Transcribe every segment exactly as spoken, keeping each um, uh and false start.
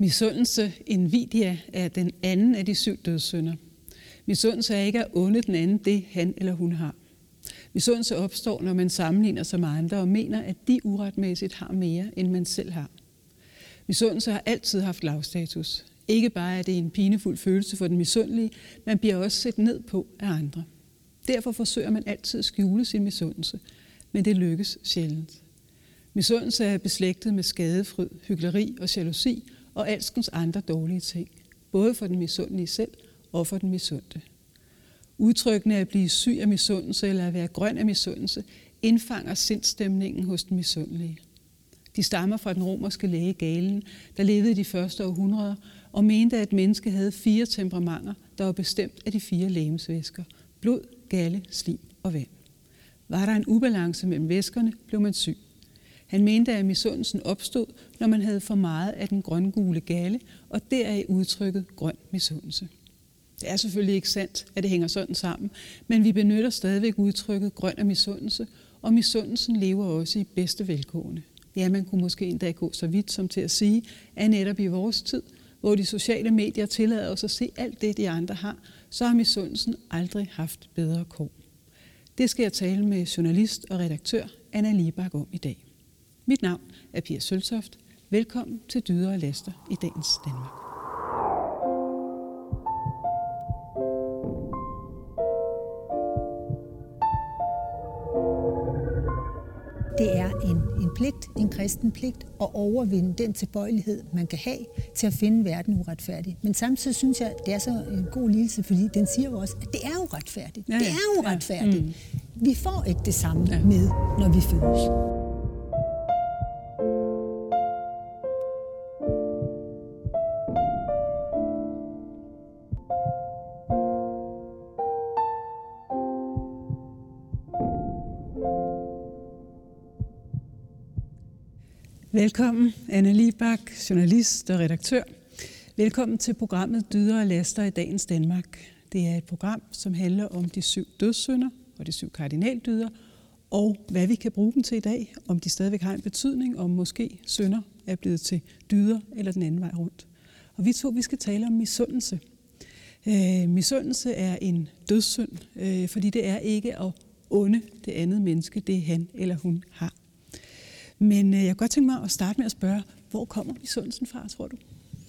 Misundelse, invidia, er den anden af de syv dødssynder. Misundelse er ikke at unde den anden det, han eller hun har. Misundelse opstår, når man sammenligner sig med andre og mener, at de uretmæssigt har mere, end man selv har. Misundelse har altid haft lavstatus. Ikke bare er det en pinefuld følelse for den misundelige, man bliver også set ned på af andre. Derfor forsøger man altid at skjule sin misundelse, men det lykkes sjældent. Misundelse er beslægtet med skadefryd, hykleri og jalousi og alskens andre dårlige ting, både for den misundelige selv og for den misundte. Udtrykkene at blive syg af misundelse eller at være grøn af misundelse indfanger sindstemningen hos den misundelige. De stammer fra den romerske læge Galen, der levede i de første århundreder og mente, at et menneske havde fire temperamenter, der var bestemt af de fire legemsvæsker: blod, galle, slim og vand. Var der en ubalance mellem væskerne, blev man syg. Han mente, at misundelsen opstod, når man havde for meget af den grøngule galle, og deraf udtrykket grøn misundelse. Det er selvfølgelig ikke sandt, at det hænger sådan sammen, men vi benytter stadigvæk udtrykket grøn af misundelse, og misundelsen lever også i bedste velgående. Ja, man kunne måske endda gå så vidt som til at sige, at netop i vores tid, hvor de sociale medier tillader os at se alt det, de andre har, så har misundelsen aldrig haft bedre kår. Det skal jeg tale med journalist og redaktør Anna Libak om i dag. Mit navn er Pia Søltoft. Velkommen til Dyder og Laster i dagens Danmark. Det er en, en pligt, en kristen pligt, at overvinde den tilbøjelighed, man kan have til at finde verden uretfærdig. Men samtidig synes jeg, det er så en god lidelse, fordi den siger jo også, at det er uretfærdigt. Ja, ja. Det er uretfærdigt. Ja. Mm. Vi får ikke det samme ja. med, når vi fødes. Velkommen, Anna Libak, journalist og redaktør. Velkommen til programmet Dyder og Laster i dagens Danmark. Det er et program, som handler om de syv dødssynder og de syv kardinaldyder, og hvad vi kan bruge dem til i dag, om de stadigvæk har en betydning, om måske synder er blevet til dyder eller den anden vej rundt. Og vi to, vi skal tale om misundelse. Øh, misundelse er en dødssynd, øh, fordi det er ikke at unde det andet menneske, det han eller hun har. Men jeg kunne godt tænke mig at starte med at spørge, hvor kommer misundelsen fra, tror du?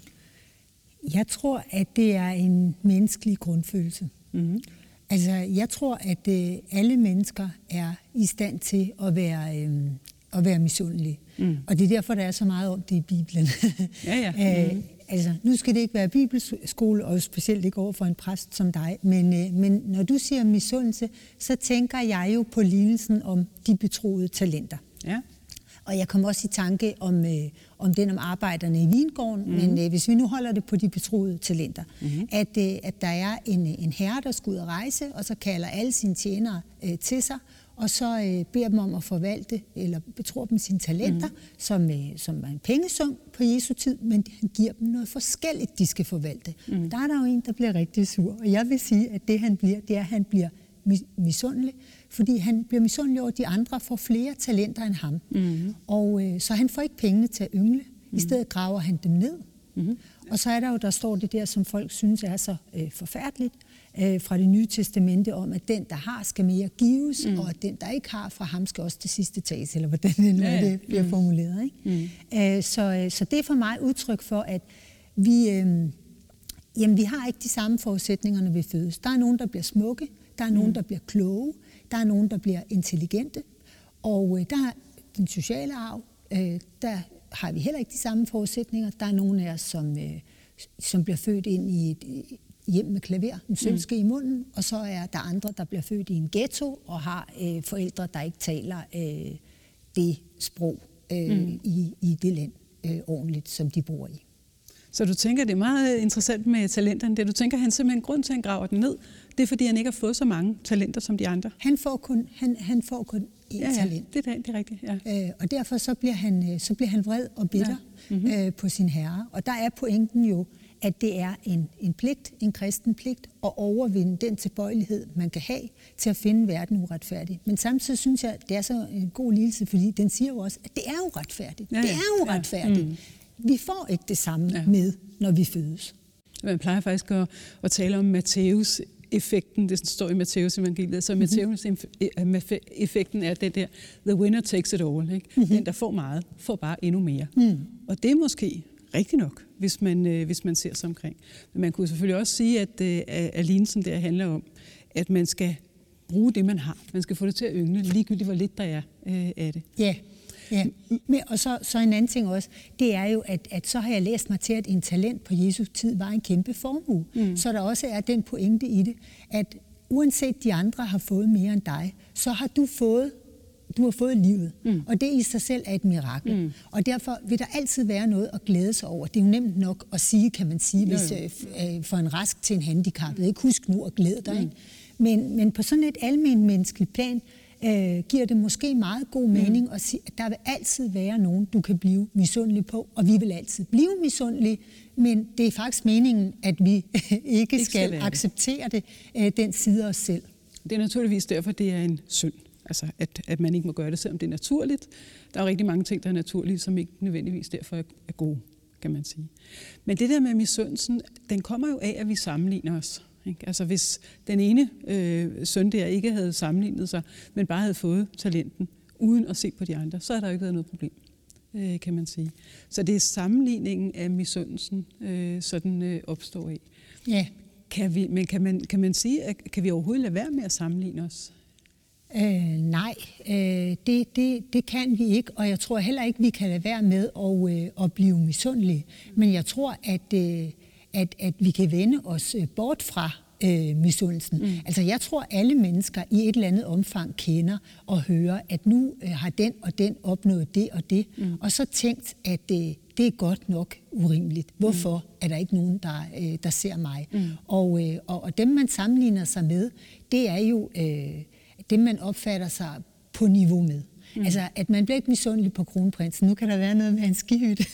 Jeg tror, at det er en menneskelig grundfølelse. Mm-hmm. Altså, jeg tror, at øh, alle mennesker er i stand til at være, øh, at være misundelige. Mm. Og det er derfor, der er så meget om det i Bibelen. Ja, ja. Mm-hmm. øh, altså, nu skal det ikke være bibelskole, og specielt ikke over for en præst som dig. Men, øh, men når du siger misundelse, så tænker jeg jo på lignelsen om de betroede talenter. Ja. Og jeg kom også i tanke om, øh, om den om arbejderne i vingården, mm. men øh, hvis vi nu holder det på de betroede talenter, mm. at, øh, at der er en, en herre, der skal ud og rejse, og så kalder alle sine tjenere øh, til sig, og så øh, beder dem om at forvalte, eller betror dem sine talenter, mm. som, øh, som er en pengesum på Jesu tid, men han giver dem noget forskelligt, de skal forvalte. Mm. Der er der jo en, der bliver rigtig sur, og jeg vil sige, at det han bliver, det er, at han bliver misundelig, fordi han bliver misundelig over, at de andre får flere talenter end ham. Mm-hmm. Og øh, så han får ikke pengene til at yngle. Mm-hmm. I stedet graver han dem ned. Mm-hmm. Og så er der jo, der står det der, som folk synes er så øh, forfærdeligt, øh, fra det nye testamente om, at den, der har, skal mere gives, mm. og at den, der ikke har, fra ham skal også det sidste tages, eller hvordan det, ja, ja. det bliver mm. formuleret. Ikke? Mm. Øh, så, så det er for mig udtryk for, at vi, øh, jamen, vi har ikke de samme forudsætninger, når vi fødes. Der er nogen, der bliver smukke, der er nogen, mm. der bliver kloge, der er nogen, der bliver intelligente, og øh, der er den sociale arv, øh, der har vi heller ikke de samme forudsætninger. Der er nogen af os, som, øh, som bliver født ind i et hjem med klaver, en sølvske mm. i munden, og så er der andre, der bliver født i en ghetto og har øh, forældre, der ikke taler øh, det sprog øh, mm. i, i det land øh, ordentligt, som de bor i. Så du tænker, det er meget interessant med talenterne. Det du tænker, han simpelthen grund til, at han graver den ned, det er, fordi han ikke har fået så mange talenter som de andre. Han får kun, han, han får kun én ja, ja, talent. det er, det er rigtigt, ja. Øh, og derfor så bliver, han, så bliver han vred og bitter ja. mm-hmm. øh, på sin herre. Og der er pointen jo, at det er en, en pligt, en kristen pligt, at overvinde den tilbøjelighed, man kan have til at finde verden uretfærdig. Men samtidig synes jeg, det er så en god lidelse, fordi den siger jo også, at det er uretfærdigt. Ja, ja. Det er uretfærdigt. Ja. Mm. vi får ikke det samme ja. med, når vi fødes. Man plejer faktisk at, at tale om Matthæus effekten, det står i Matthæus evangeliet, så Matthæus effekten er det der, the winner takes it all, ikke? Mm-hmm. Den, der får meget, får bare endnu mere. Mm. Og det er måske rigtigt nok, hvis man, øh, hvis man ser sig omkring. Men man kunne selvfølgelig også sige, at, øh, at lignelsen der handler om, at man skal bruge det, man har. Man skal få det til at yngle, ligegyldigt hvor lidt der er øh, af det. Ja, ja. Men, og så, så en anden ting også, det er jo, at, at så har jeg læst mig til, at en talent på Jesu tid var en kæmpe formue. Mm. Så der også er den pointe i det, at uanset de andre har fået mere end dig, så har du fået Du har fået livet, mm. og det i sig selv er et mirakel. Mm. Og derfor vil der altid være noget at glæde sig over. Det er jo nemt nok at sige, kan man sige, hvis, øh, for en rask til en handicappet. Ikke husk nu at glæde dig. Mm. Men, men på sådan et almenmenneskeligt plan øh, giver det måske meget god mening mm. at sige, at der vil altid være nogen, du kan blive misundelig på, og vi vil altid blive misundelige, men det er faktisk meningen, at vi ikke, ikke skal, skal acceptere det, øh, den side af os selv. Det er naturligvis derfor, det er en synd. Altså, at, at man ikke må gøre det, selvom det er naturligt. Der er jo rigtig mange ting, der er naturlige, som ikke nødvendigvis derfor er gode, kan man sige. Men det der med misundelsen, den kommer jo af, at vi sammenligner os. Ikke? Altså, hvis den ene øh, søn der ikke havde sammenlignet sig, men bare havde fået talenten, uden at se på de andre, så er der jo ikke været noget problem, øh, kan man sige. Så det er sammenligningen af misundelsen, øh, sådan øh, opstår af. Ja. Kan vi, men kan man, kan man sige, at kan vi overhovedet lade være med at sammenligne os? Øh, nej, øh, det, det, det kan vi ikke, og jeg tror heller ikke, vi kan lade være med at, øh, at blive misundelige. Men jeg tror, at, øh, at, at vi kan vende os bort fra øh, misundelsen. Mm. Altså jeg tror, alle mennesker i et eller andet omfang kender og hører, at nu øh, har den og den opnået det og det, mm. og så tænkt, at øh, det er godt nok urimeligt. Hvorfor mm. er der ikke nogen, der, øh, der ser mig? Mm. Og, øh, og, og dem, man sammenligner sig med, det er jo Øh, det, man opfatter sig på niveau med. Mm. Altså, at man bliver ikke misundelig på kronprinsen. Nu kan der være noget med en skihytte.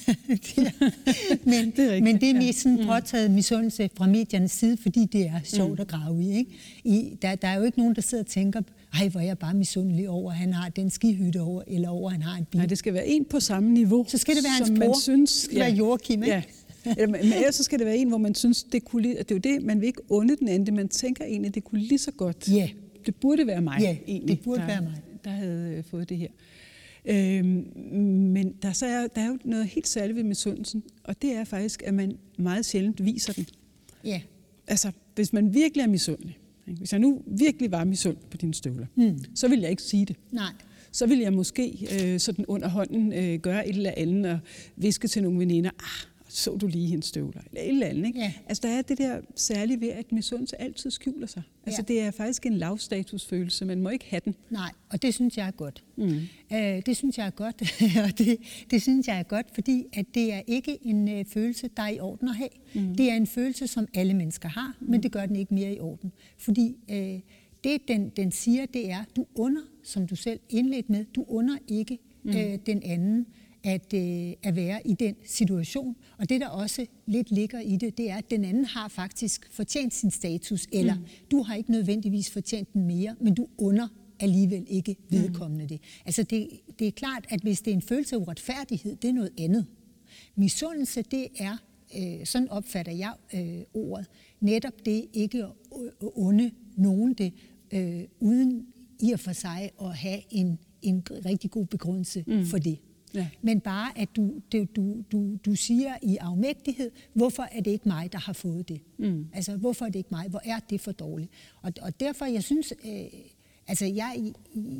men, det er men det er mest sådan påtaget misundelse fra mediernes side, fordi det er sjovt mm. at grave i. Ikke? I der, der er jo ikke nogen, der sidder og tænker, ej, hvor er jeg bare misundelig over, at han har den skihytte over, eller over, at han har en bil. Nej, det skal være en på samme niveau. Så skal det være hans bror. Synes, det skal ja. være Joachim, ikke? Ja. Men ellers så skal det være en, hvor man synes, det kunne, det er jo det, man vil ikke onde den anden, man tænker egentlig, det kunne lige så godt. Ja. Det burde være mig, ja, egentlig, det burde der, være mig. der havde fået det her. Øhm, men der, så er, der er jo noget helt særligt ved misundelsen, og det er faktisk, at man meget sjældent viser den. Ja. Altså, hvis man virkelig er misundelig, ikke? Hvis jeg nu virkelig var misundelig på dine støvler, mm. så ville jeg ikke sige det. Nej. Så ville jeg måske øh, sådan under hånden øh, gøre et eller andet og viske til nogle veninder, ah, så du lige hendes støvler, eller et eller andet. Ikke? Ja. Altså, der er det der særlige ved, at misundelse altid skjuler sig. Altså, ja. Det er faktisk en lavstatusfølelse, man må ikke have den. Nej, og det synes jeg er godt. Mm. Øh, det synes jeg er godt, og det, det synes jeg er godt, fordi at det er ikke en øh, følelse, der er i orden at have. Mm. Det er en følelse, som alle mennesker har, mm. men det gør den ikke mere i orden. Fordi øh, det, den, den siger, det er, du under, som du selv indledte med, du under ikke mm. øh, den anden, At, øh, at være i den situation. Og det, der også lidt ligger i det, det er, at den anden har faktisk fortjent sin status, eller mm. du har ikke nødvendigvis fortjent den mere, men du under alligevel ikke vedkommende mm. det. Altså det, det er klart, at hvis det er en følelse af uretfærdighed, det er noget andet. Misundelse, det er, øh, sådan opfatter jeg øh, ordet, netop det ikke at unde nogen det, øh, uden i og for sig at have en, en rigtig god begrundelse mm. for det. Ja. Men bare, at du, du, du, du siger i afmægtighed, hvorfor er det ikke mig, der har fået det? Mm. Altså, hvorfor er det ikke mig? Hvor er det for dårligt? Og, og derfor, jeg synes, øh, altså, jeg, i,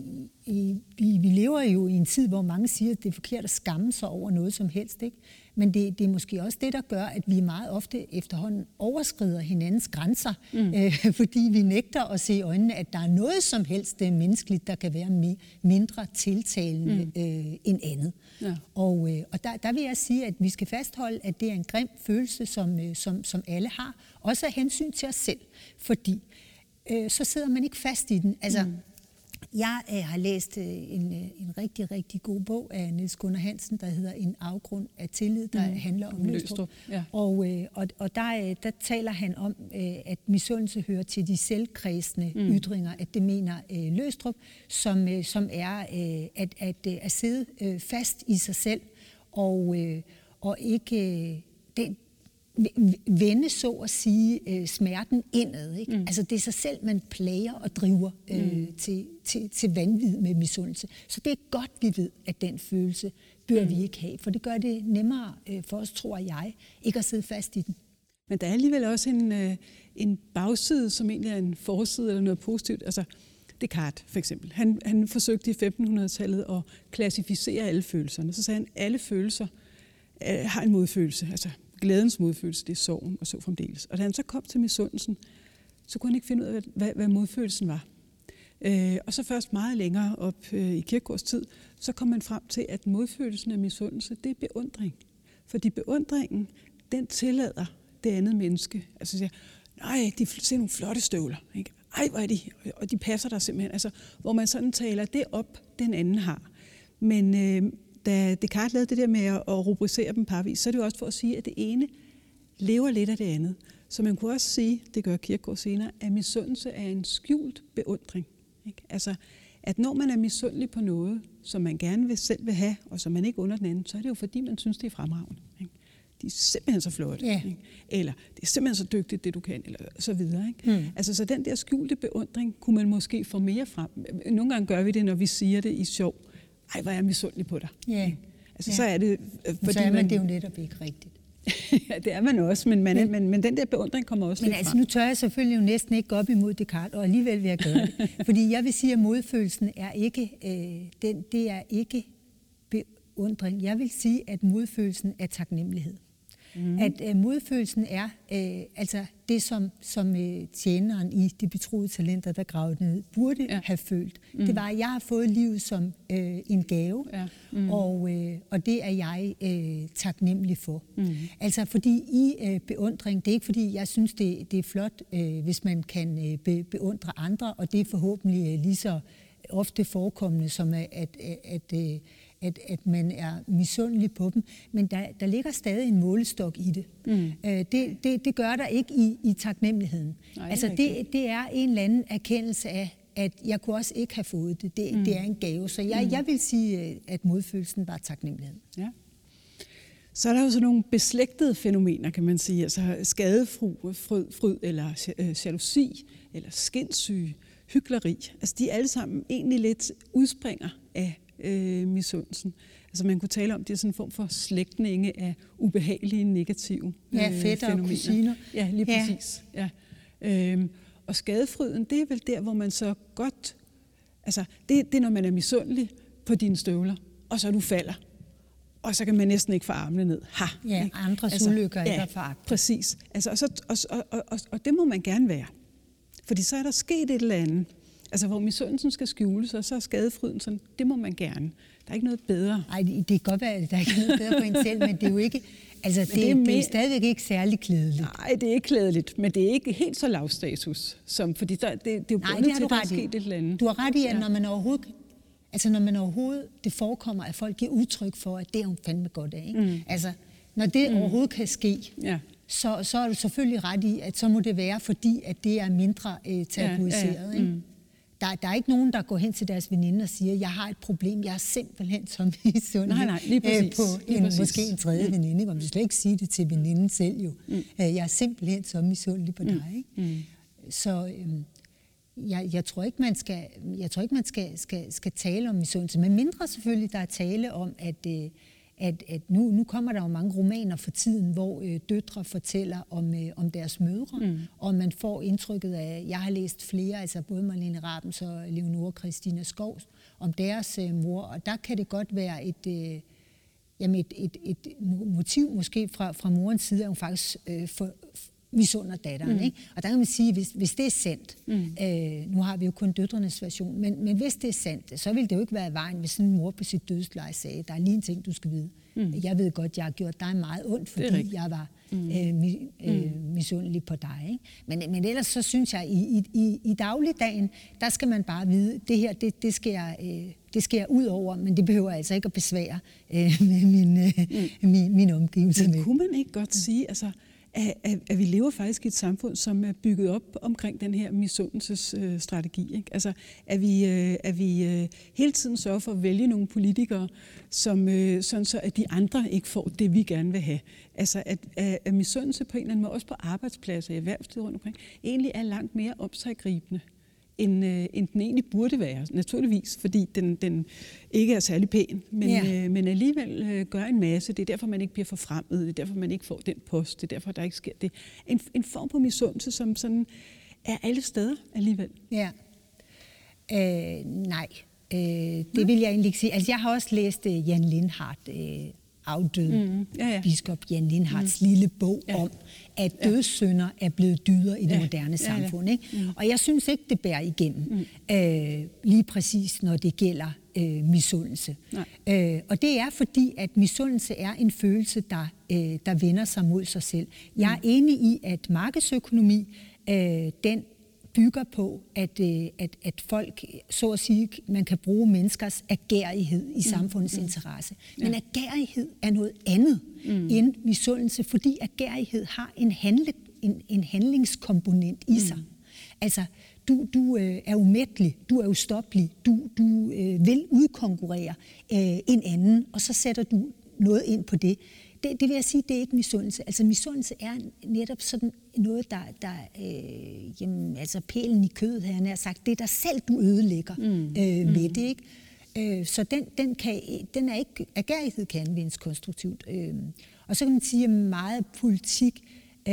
i, vi, vi lever jo i en tid, hvor mange siger, at det er forkert at skamme sig over noget som helst, ikke? Men det, det er måske også det, der gør, at vi meget ofte efterhånden overskrider hinandens grænser, mm. øh, fordi vi nægter at se i øjnene, at der er noget som helst det menneskeligt, der kan være mi- mindre tiltalende mm. øh, end andet. Ja. Og, øh, og der, der vil jeg sige, at vi skal fastholde, at det er en grim følelse, som, øh, som, som alle har, også af hensyn til os selv, fordi øh, så sidder man ikke fast i den. Altså, mm. Jeg øh, har læst øh, en, øh, en rigtig, rigtig god bog af Niels Gunnar Hansen, der hedder En afgrund af tillid, der mm. handler om Løgstrup. Ja. Og, øh, og, og der, øh, der taler han om, øh, at misundelse hører til de selvkredsende mm. ytringer, at det mener øh, Løgstrup, som, øh, som er øh, at, at, øh, at sidde øh, fast i sig selv og, øh, og ikke øh, det, vende, så at sige, øh, smerten indad. Ikke? Mm. Altså det er sig selv, man plager og driver øh, mm. til, til, til vanvid med misundelse. Så det er godt, vi ved, at den følelse bør mm. vi ikke have, for det gør det nemmere øh, for os, tror jeg, ikke at sidde fast i den. Men der er alligevel også en, øh, en bagside, som egentlig er en forside eller noget positivt. Altså Descartes for eksempel. Han, han forsøgte i femtenhundredetallet at klassificere alle følelserne. Så sagde han, at alle følelser øh, har en modfølelse. Altså glædens modfølelse, det er sorgen og så fremdeles. Og da han så kom til misundelsen, så kunne han ikke finde ud af, hvad, hvad modfølelsen var. Øh, og så først meget længere op øh, i Kierkegaards tid, så kom man frem til, at modfølelsen af misundelse, det er beundring. Fordi beundringen, den tillader det andet menneske. Altså siger, nej, de ser nogle flotte støvler. Ikke? Ej, hvor er de, og de passer der simpelthen. Altså, hvor man sådan taler det op, den anden har. Men øh, da Descartes lavede det der med at rubricere dem parvis, så er det jo også for at sige, at det ene lever lidt af det andet. Så man kunne også sige, det gør Kierkegaard senere, at misundelse er en skjult beundring. Ikke? Altså, at når man er misundelig på noget, som man gerne vil selv vil have, og som man ikke under den anden, så er det jo fordi, man synes, det er fremragende. Ikke? De er simpelthen så flotte. Ja. Ikke? Eller det er simpelthen så dygtigt, det du kan, eller så videre. Ikke? Mm. Altså, så den der skjulte beundring kunne man måske få mere frem. Nogle gange gør vi det, når vi siger det i sjov. Ej, hvor er jeg misundelig på dig. Ja. Altså, ja. Så er det... Fordi så er man, man det jo netop ikke rigtigt. Ja, det er man også, men, man, men, men, men den der beundring kommer også men lidt altså, frem. Nu tør jeg selvfølgelig jo næsten ikke gå op imod Descartes, og alligevel vil jeg gøre det. Fordi jeg vil sige, at modfølelsen er ikke, øh, den, det er ikke beundring. Jeg vil sige, at modfølelsen er taknemmelighed. Mm. At øh, modfølelsen er øh, altså det, som, som øh, tjeneren i De betroede talenter, der gravede ned, burde ja. have følt. Mm. Det var, at jeg har fået livet som øh, en gave, ja. mm. og, øh, og det er jeg øh, taknemmelig for. Mm. Altså fordi i øh, beundring, det er ikke fordi, jeg synes, det, det er flot, øh, hvis man kan øh, be, beundre andre, og det er forhåbentlig øh, lige så ofte forekommende, som at, at, at, at, at, at man er misundelig på dem. Men der, der ligger stadig en målestok i det. Mm. Øh, det, det. Det gør der ikke i, i taknemmeligheden. Nej, altså det, det er en eller anden erkendelse af, at jeg kunne også ikke have fået det. Det, mm. det er en gave. Så jeg, mm. jeg vil sige, at modfølelsen var taknemmeligheden. Ja. Så er der jo sådan nogle beslægtede fænomener, kan man sige. Altså skadefryd, fryd, fryd eller jalousi, eller skindsyge, hykleri. Altså de alle sammen egentlig lidt udspringer af øh, misundelsen. Altså man kunne tale om, det er sådan en form for slægtninge af ubehagelige, negative øh, ja, fætter og kusiner. Ja, lige ja. præcis. Ja. Øhm, og skadefryden, det er vel der, hvor man så godt... Altså det, det er, når man er misundelig på dine støvler, og så du falder. Og så kan man næsten ikke få armene ned. Ha, ja, ikke? andres altså, ulykker ja, ikke at foragte. Præcis. Altså, og, så, og, og, og, og det må man gerne være. Fordi så er der sket et eller andet. Altså, hvor misundelsen skal skjules, og så er skadefryden sådan, det må man gerne. Der er ikke noget bedre. Nej, det kan godt være, at der er ikke noget bedre på en selv, men det er jo ikke... Altså, det, det, er, det er stadigvæk ikke særlig klædeligt. Nej, det er ikke klædeligt, men det er ikke helt så lav status, som, fordi der, det, det er jo bundet til, at der er sket et eller andet. Du har ret i, at ja. når man overhovedet... Altså, når man overhovedet... Det forekommer, at folk giver udtryk for, at det er hun fandme godt af, ikke? Mm. Altså, når det mm. overhovedet kan ske... Ja. Så, så er du selvfølgelig ret i, at så må det være, fordi at det er mindre øh, tabuiseret. Ja, ja, ja. Mm. Der, der er ikke nogen, der går hen til deres veninde og siger, jeg har et problem, jeg er simpelthen som misundelig nej, nej, lige præcis. Øh, på lige en, præcis. måske en tredje mm. veninde. Man vil slet ikke sige det til veninden selv jo. Mm. Jeg er simpelthen så misundelig på dig. Ikke? Mm. Så øhm, jeg, jeg tror ikke, man skal, jeg tror ikke, man skal, skal, skal tale om misundelse. Men mindre selvfølgelig, der er tale om, at... Øh, at, at nu, nu kommer der jo mange romaner for tiden, hvor øh, døtre fortæller om, øh, om deres mødre, mm. og man får indtrykket af, jeg har læst flere, altså både Marlene Rabens og Leonora Christina Skovs, om deres øh, mor, og der kan det godt være et, øh, jamen et, et, et motiv måske fra, fra morens side, at hun faktisk øh, for, misunder datteren. Mm. Ikke? Og der kan man sige, hvis, hvis det er sandt, mm. øh, nu har vi jo kun døtrenes version, men, men hvis det er sandt, så vil det jo ikke være i vejen, hvis sådan en mor på sit dødsleje sagde, der er lige en ting, du skal vide. Mm. Jeg ved godt, jeg har gjort dig meget ondt, fordi jeg var mm. øh, mi, øh, misundelig på dig. Ikke? Men, men ellers så synes jeg, i, i, i dagligdagen, der skal man bare vide, det her, det, det skal jeg... Øh, Det skal jeg ud over, men det behøver altså ikke at besvære øh, med min, øh, mm. min, min omgivelse. Men kunne man ikke godt sige, altså, at, at, at vi lever faktisk i et samfund, som er bygget op omkring den her misundelsesstrategi. Ikke? Altså, at vi, øh, at vi øh, hele tiden sørger for at vælge nogle politikere, som, øh, sådan så at de andre ikke får det, vi gerne vil have. Altså, at, at, at misundelse på en eller anden måde, også på arbejdspladser i erhvervslivet rundt omkring, egentlig er langt mere omsiggribende, end, øh, end den egentlig burde være, naturligvis, fordi den, den ikke er særlig pæn, men, ja. øh, men alligevel øh, gør en masse. Det er derfor, man ikke bliver forfremmet, det er derfor, man ikke får den post, det er derfor, der ikke sker det. En, en form for misundelse, som sådan er alle steder alligevel. Ja. Øh, nej, øh, det ja. vil jeg egentlig ikke sige. Altså, jeg har også læst uh, Jan Lindhardt, øh, afdøde mm. ja, ja. biskop Jan Lindhardts mm. lille bog ja. om, at dødssynder er blevet dyder i det ja. moderne samfund. Ja, ja. Ikke? Mm. Og jeg synes ikke, det bærer igennem, mm. øh, lige præcis når det gælder øh, misundelse. Øh, og det er fordi, at misundelse er en følelse, der, øh, der vender sig mod sig selv. Jeg er mm. enig i, at markedsøkonomi, øh, den bygger på, at, at, at folk, så at sige, man kan bruge menneskers agerighed i samfundets mm. interesse. Men ja. agerighed er noget andet mm. end misundelse, fordi agerighed har en, handle, en, en handlingskomponent i sig. Mm. Altså, du, du øh, er umættelig, du er ustoppelig, du, du øh, vil udkonkurrere øh, en anden, og så sætter du noget ind på det. Det, det vil jeg sige, det er ikke misundelse. Altså misundelse er netop sådan noget, der, der øh, jamen, altså pælen i kødet, havde jeg nær sagt, det er dig selv, du ødelægger mm. øh, ved mm. det, ikke? Øh, så den, den, kan, den er ikke, agerighed kan anvendes konstruktivt. Øh, og så kan man sige, at meget politik, øh,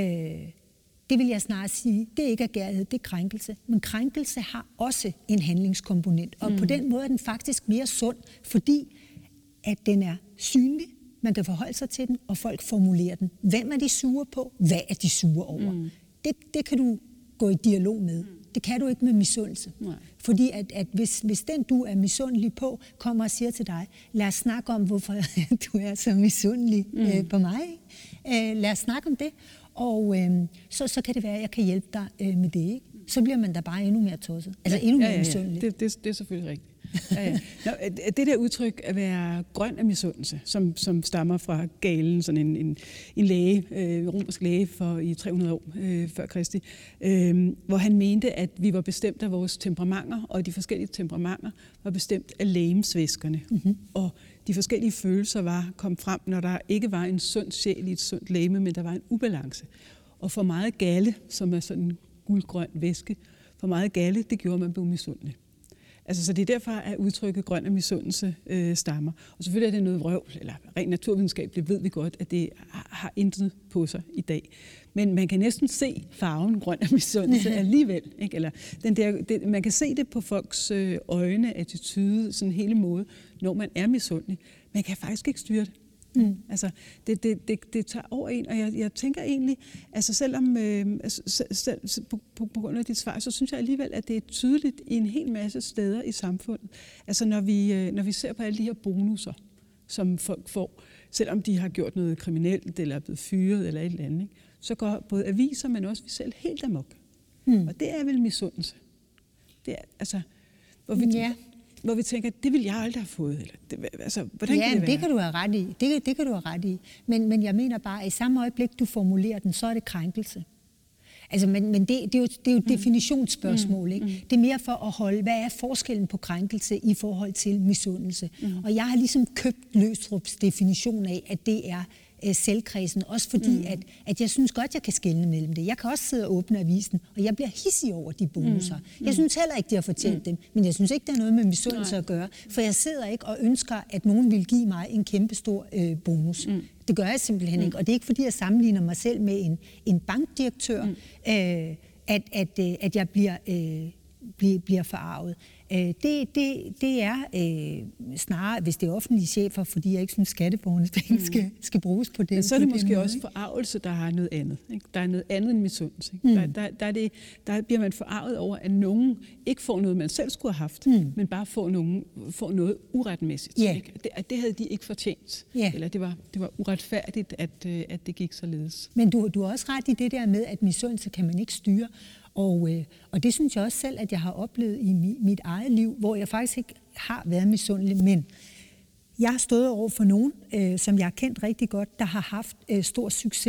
det vil jeg snart sige, det er ikke agerighed, det er krænkelse. Men krænkelse har også en handlingskomponent, og mm. på den måde er den faktisk mere sund, fordi at den er synlig. Man kan forholde sig til den, og folk formulerer den. Hvem er de sure på? Hvad er de sure over? Mm. Det, det kan du gå i dialog med. Mm. Det kan du ikke med misundelse. Nej. Fordi at, at hvis, hvis den, du er misundelig på, kommer og siger til dig, lad os snakke om, hvorfor du er så misundelig mm. øh, på mig. Øh, lad os snakke om det. Og øh, så, så kan det være, at jeg kan hjælpe dig øh, med det. Ikke? Så bliver man da bare endnu mere tosset. Altså endnu mere ja, ja, ja. misundelig. Det, det, det er selvfølgelig rigtigt. Ja, ja. Nå, det der udtryk at være grøn af misundelse, som, som stammer fra Galen, sådan en, en, en læge, øh, romersk læge for i tre hundrede år øh, før Kristi, øh, hvor han mente, at vi var bestemt af vores temperamenter, og de forskellige temperamenter var bestemt af legemsvæskerne. Mm-hmm. Og de forskellige følelser var kom frem, når der ikke var en sund sjæl i et sundt legeme, men der var en ubalance. Og for meget galle, som er sådan en guldgrøn væske, for meget galle, det gjorde, man blev misundelig. Altså, så det er derfor, at udtrykket grøn af misundelse øh, stammer. Og selvfølgelig er det noget vrøvl, eller rent naturvidenskabeligt ved vi godt, at det har, har intet på sig i dag. Men man kan næsten se farven grøn af misundelse alligevel. Ikke? Eller den der, det, man kan se det på folks øh, øjne, attitude, sådan hele måde, når man er misundelig. Man kan faktisk ikke styre det. Mm. Altså, det, det, det, det tager over en, og jeg, jeg tænker egentlig, altså selvom, øh, altså, selv, selv, på, på, på grund af dit svar, så synes jeg alligevel, at det er tydeligt i en hel masse steder i samfundet. Altså når vi, øh, når vi ser på alle de her bonusser, som folk får, selvom de har gjort noget kriminelt, eller er blevet fyret, eller et eller andet, ikke? Så går både aviser, men også vi selv helt amok. Mm. Og det er vel misundelse. Det er, altså, hvor vi, ja. hvor vi tænker, det vil jeg aldrig have fået. Eller, det, altså, hvordan ja, kan det være? det kan du have ret i. Det, det kan du have ret i. Men, men jeg mener bare, at i samme øjeblik, du formulerer den, så er det krænkelse. Altså, men, men det, det, er jo, det er jo et mm. definitionsspørgsmål, ikke? Mm. Det er mere for at holde, hvad er forskellen på krænkelse i forhold til misundelse? Mm. Og jeg har ligesom købt Løstrups definition af, at det er øh, selvkredsen, også fordi, mm. at, at jeg synes godt, jeg kan skelne mellem det. Jeg kan også sidde og åbne avisen, og jeg bliver hissig over de bonusser. Mm. Jeg synes heller ikke, de har fortjent mm. dem, men jeg synes ikke, der er noget med misundelse Nej. at gøre, for jeg sidder ikke og ønsker, at nogen vil give mig en kæmpestor øh, bonus. Mm. Det gør jeg simpelthen mm. ikke, og det er ikke fordi, jeg sammenligner mig selv med en, en bankdirektør, mm. øh, at, at, at jeg bliver, øh, bliver, bliver forarvet. Øh, det, det, det er øh, snarere, hvis det er offentlige chefer, fordi jeg ikke synes, skatteborgernes penge mm. skal, skal bruges på det. Men så er det måske måde, også forarvelse, der har noget andet. Ikke? Der er noget andet end misundelse. Mm. Der, der, der, det, der bliver man forarvet over, at nogen ikke får noget, man selv skulle have haft, mm. men bare får, nogen, får noget uretmæssigt. Yeah. Ikke? Det, at det havde de ikke fortjent. Yeah. Eller det var, det var uretfærdigt, at, at det gik således. Men du, du har også ret i det der med, at misundelse kan man ikke styre. Og, øh, og det synes jeg også selv, at jeg har oplevet i mi, mit eget liv, hvor jeg faktisk ikke har været misundelig, men jeg har stået over for nogen, øh, som jeg har kendt rigtig godt, der har haft øh, stor succes,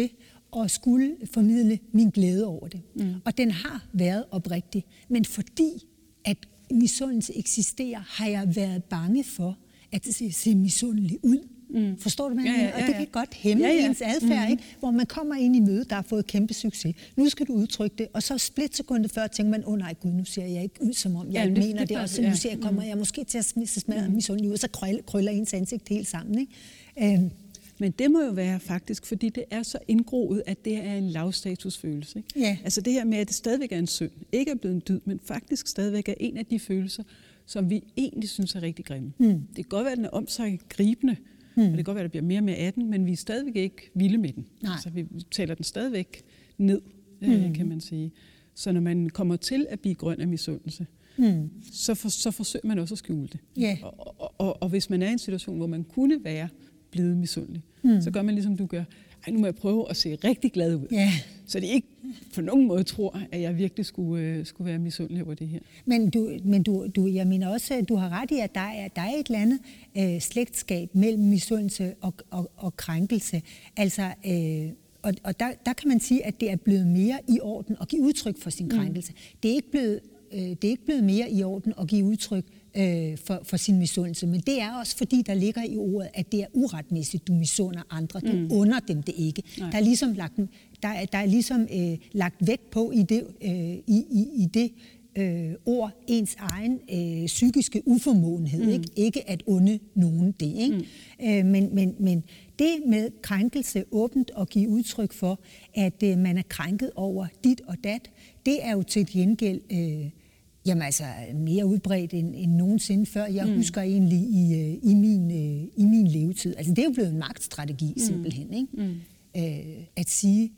at skulle formidle min glæde over det. Mm. Og den har været oprigtig. Men fordi at misundelse eksisterer, har jeg været bange for at det ser misundelig ud. Mm. Forstår du, hvad jeg ja, ja, mener? Og det kan godt hæmme ja, ja. ens adfærd, mm. ikke? Hvor man kommer ind i møde, der har fået kæmpe succes. Nu skal du udtrykke det, og så splitsekundet før tænker man, åh oh, nej gud, nu ser jeg ikke ud som om, jeg ja, ikke det, mener det, det også. Ja. Nu ser jeg, kommer mm. jeg måske til at smisse smadre mm. misundelig ud, og så krøller, krøller ens ansigt helt sammen, ikke? Øhm. Men det må jo være faktisk, fordi det er så indgroet, at det er en lavstatusfølelse. Ikke? Ja. Altså det her med, at det stadigvæk er en synd, ikke er blevet en dyd, men faktisk stadigvæk er en af de følelser, som vi egentlig synes er rigtig grimme. Mm. Det kan godt være, at den er om sig gribende, mm. og det kan godt være, at der bliver mere og mere af den, men vi er stadigvæk ikke vilde med den. Nej. Altså vi taler den stadigvæk ned, mm. øh, kan man sige. Så når man kommer til at blive grøn af misundelse, mm. så, for, så forsøger man også at skjule det. Yeah. Og, og, og, og hvis man er i en situation, hvor man kunne være blevet misundelig, mm. så gør man ligesom du gør. Ej, nu må jeg prøve at se rigtig glad ud. Yeah. Så det ikke på nogen måde tror, at jeg virkelig skulle, øh, skulle være misundelig over det her. Men, du, men du, du, jeg mener også, at du har ret i, at der er, der er et eller andet øh, slægtskab mellem misundelse og, og, og krænkelse. Altså, øh, og og der, der kan man sige, at det er blevet mere i orden at give udtryk for sin krænkelse. Mm. Det er ikke blevet, øh, det er ikke blevet mere i orden at give udtryk For, for sin misundelse. Men det er også fordi, der ligger i ordet, at det er uretmæssigt, du misunder andre. Du mm. under dem det ikke. Nej. Der er ligesom lagt, der er, der er ligesom, øh, lagt vægt på i det, øh, i, i, i det øh, ord ens egen øh, psykiske uformåenhed. Mm. Ikke? ikke at unde nogen det. Ikke? Mm. Øh, men, men, men det med krænkelse åbent at give udtryk for, at øh, man er krænket over dit og dat, det er jo til gengæld øh, Jamen altså mere udbredt end, end nogensinde før. Jeg mm. husker egentlig i, i, min, i min levetid. Altså det er jo blevet en magtstrategi mm. simpelthen. Ikke? Mm. Øh, at sige,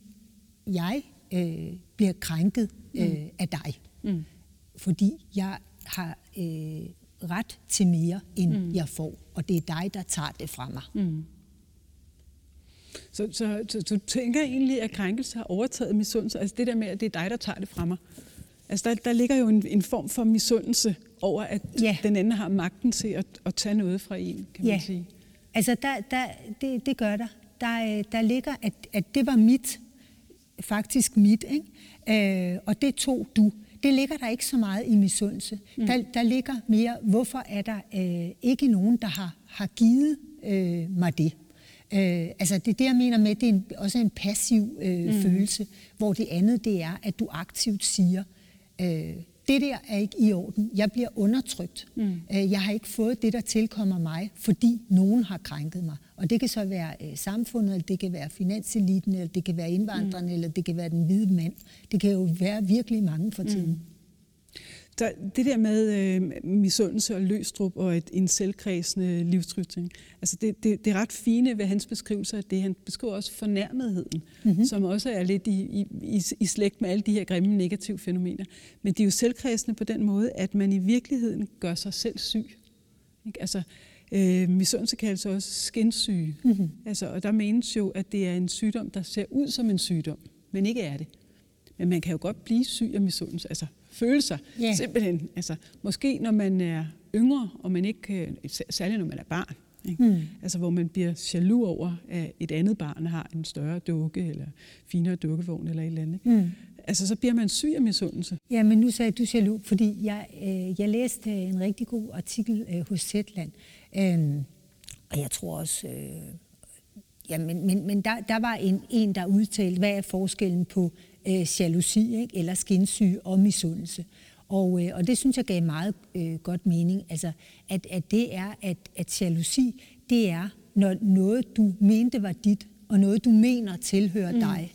jeg øh, bliver krænket øh, mm. af dig. Mm. Fordi jeg har øh, ret til mere, end mm. jeg får. Og det er dig, der tager det fra mig. Mm. Så, så, så du tænker egentlig, at krænkelse har overtaget misundelse? Altså det der med, at det er dig, der tager det fra mig? Altså der, der ligger jo en, en form for misundelse over, at ja. den anden har magten til at, at tage noget fra en, kan ja. man sige. Altså der, der, det, det gør der. Der, der ligger, at, at det var mit, faktisk mit, ikke? Øh, og det tog du. Det ligger der ikke så meget i misundelse. Mm. Der, der ligger mere, hvorfor er der øh, ikke nogen, der har, har givet øh, mig det? Øh, altså det er det, jeg mener med, det er en, også en passiv øh, mm. følelse, hvor det andet, det er, at du aktivt siger, Øh, det der er ikke i orden. Jeg bliver undertrykt. Mm. Øh, jeg har ikke fået det, der tilkommer mig, fordi nogen har krænket mig. Og det kan så være øh, samfundet, eller det kan være finanseliten, eller det kan være indvandrerne, mm. eller det kan være den hvide mand. Det kan jo være virkelig mange for tiden. Mm. Der, det der med øh, misundelse og løstrup og et, en selvkredsende livsrytning, altså det, det, det er ret fine ved hans beskrivelse af det. Han beskriver også fornærmetheden, mm-hmm. som også er lidt i, i, i slægt med alle de her grimme negative fænomener. Men de er jo selvkredsende på den måde, at man i virkeligheden gør sig selv syg. Ikke? Altså, øh, misundelse kaldes også skinsyge. Mm-hmm. Altså, og der menes jo, at det er en sygdom, der ser ud som en sygdom, men ikke er det. Men man kan jo godt blive syg af misundelse, altså følelser, yeah. simpelthen. Altså, måske når man er yngre, og man ikke, særligt når man er barn, ikke? Mm. Altså hvor man bliver jaloux over, at et andet barn har en større dukke, eller finere dukkevogn, eller et eller andet. Mm. Altså så bliver man syg af misundelse. Ja, men nu sagde du jaloux, fordi jeg, øh, jeg læste en rigtig god artikel øh, hos Zetland, øh, og jeg tror også... Øh, ja, men, men, men der, der var en, en, der udtalte, hvad er forskellen på øh, jalousi, ikke? Eller skinsyge og misundelse. Og, øh, og det synes jeg gav meget øh, godt mening. Altså, at, at det er, at, at jalousi, det er, når noget du mente var dit, og noget du mener tilhører mm. dig,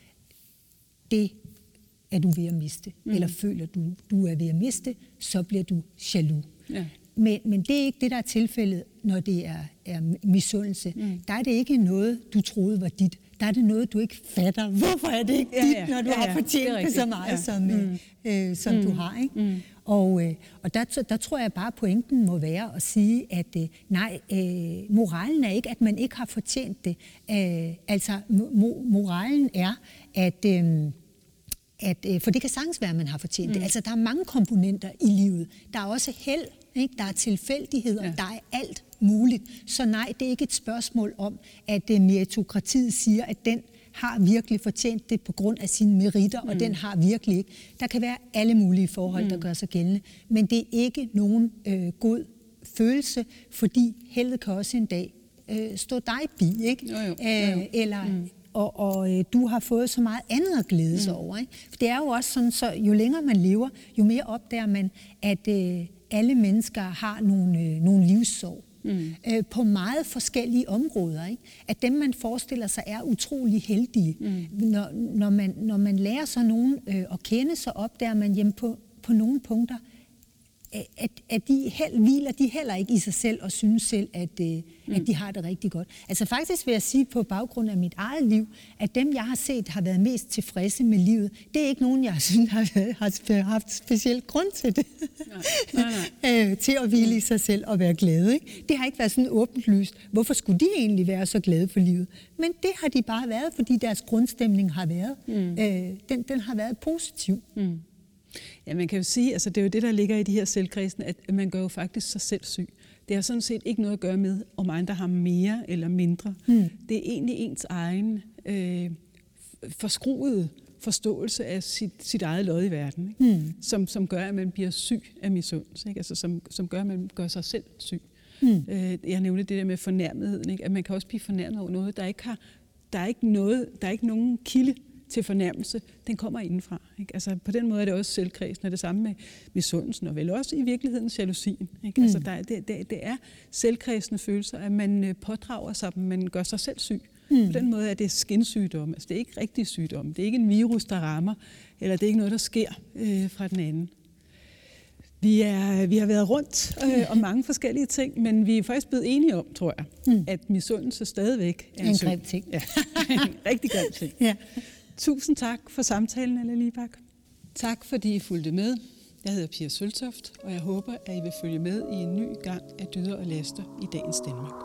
det er du ved at miste. Mm. Eller føler du, du er ved at miste, så bliver du jaloux. Ja. Men, men det er ikke det, der er tilfældet, når det er, er misundelse. Mm. Der er det ikke noget, du troede var dit. Der er det noget, du ikke fatter. Hvorfor er det ikke ja, dit, ja, når du ja, ja, har fortjent det, det så meget, ja. som, mm. øh, som mm. du har? Ikke? Mm. Og, øh, og der, der tror jeg bare, pointen må være at sige, at øh, nej, øh, moralen er ikke, at man ikke har fortjent det. Øh, altså, mo- moralen er, at... Øh, At, for det kan sagtens være, at man har fortjent det. Mm. Altså, der er mange komponenter i livet. Der er også held, ikke? Der er tilfældigheder, ja. Der er alt muligt. Så nej, det er ikke et spørgsmål om, at meritokratiet siger, at den har virkelig fortjent det på grund af sine meritter, mm. og den har virkelig ikke. Der kan være alle mulige forhold, mm. der gør sig gældende, men det er ikke nogen øh, god følelse, fordi heldet kan også en dag øh, stå dig bi, ikke? Jo, jo. Øh, Jo. eller... Mm. Og, og øh, du har fået så meget andet at glæde sig mm. over. Ikke? For det er jo også sådan, så jo længere man lever, jo mere opdager man, at øh, alle mennesker har nogle, øh, nogle livssorg. Mm. Øh, på meget forskellige områder. Ikke? At dem, man forestiller sig, er utrolig heldige. Mm. Når, når, man, når man lærer sig nogen øh, at kende, så opdager man hjemme på, på nogle punkter, at, at de held, hviler de heller ikke i sig selv og synes selv, at, øh, mm. at de har det rigtig godt. Altså faktisk vil jeg sige på baggrund af mit eget liv, at dem, jeg har set, har været mest tilfredse med livet, det er ikke nogen, jeg synes har, har haft speciel grund til det. Nej, nej, nej. øh, til at hvile i sig selv og være glade. Ikke? Det har ikke været sådan åbenlyst. Hvorfor skulle de egentlig være så glade for livet? Men det har de bare været, fordi deres grundstemning har været. Mm. Øh, den, den har været positiv. Mm. Ja, man kan jo sige, altså det er jo det, der ligger i de her selvkredsene, at man gør jo faktisk sig selv syg. Det har sådan set ikke noget at gøre med, om andre har mere eller mindre. Mm. Det er egentlig ens egen øh, forskruede forståelse af sit, sit eget lod i verden, ikke? Mm. Som, som gør, at man bliver syg af misundelse, ikke? Altså, som, som gør, at man gør sig selv syg. Mm. Øh, jeg nævnte det der med fornærmetheden, ikke? At man kan også blive fornærmet over noget, der ikke har, der er ikke noget, der er ikke nogen kilde til fornærmelse, den kommer indenfra. Ikke? Altså, på den måde er det også selvkredsen, og det samme med misundelsen, og vel også i virkeligheden jalousien. Ikke? Mm. Altså, der, det, det, det er selvkredsende følelser, at man pådrager sig dem, man gør sig selv syg. Mm. På den måde er det skinsygdom. Altså, det er ikke rigtig sygdom. Det er ikke en virus, der rammer, eller det er ikke noget, der sker øh, fra den anden. Vi, er, vi har været rundt øh, om mange forskellige ting, men vi er faktisk blevet enige om, tror jeg, mm. at misundelse stadigvæk er en, en grim ting. Ja, en rigtig grim ting. Ja. Tusind tak for samtalen, Anna Libak. Tak, fordi I fulgte med. Jeg hedder Pia Søltoft, og jeg håber, at I vil følge med i en ny gang af Dyder og Laster i dagens Danmark.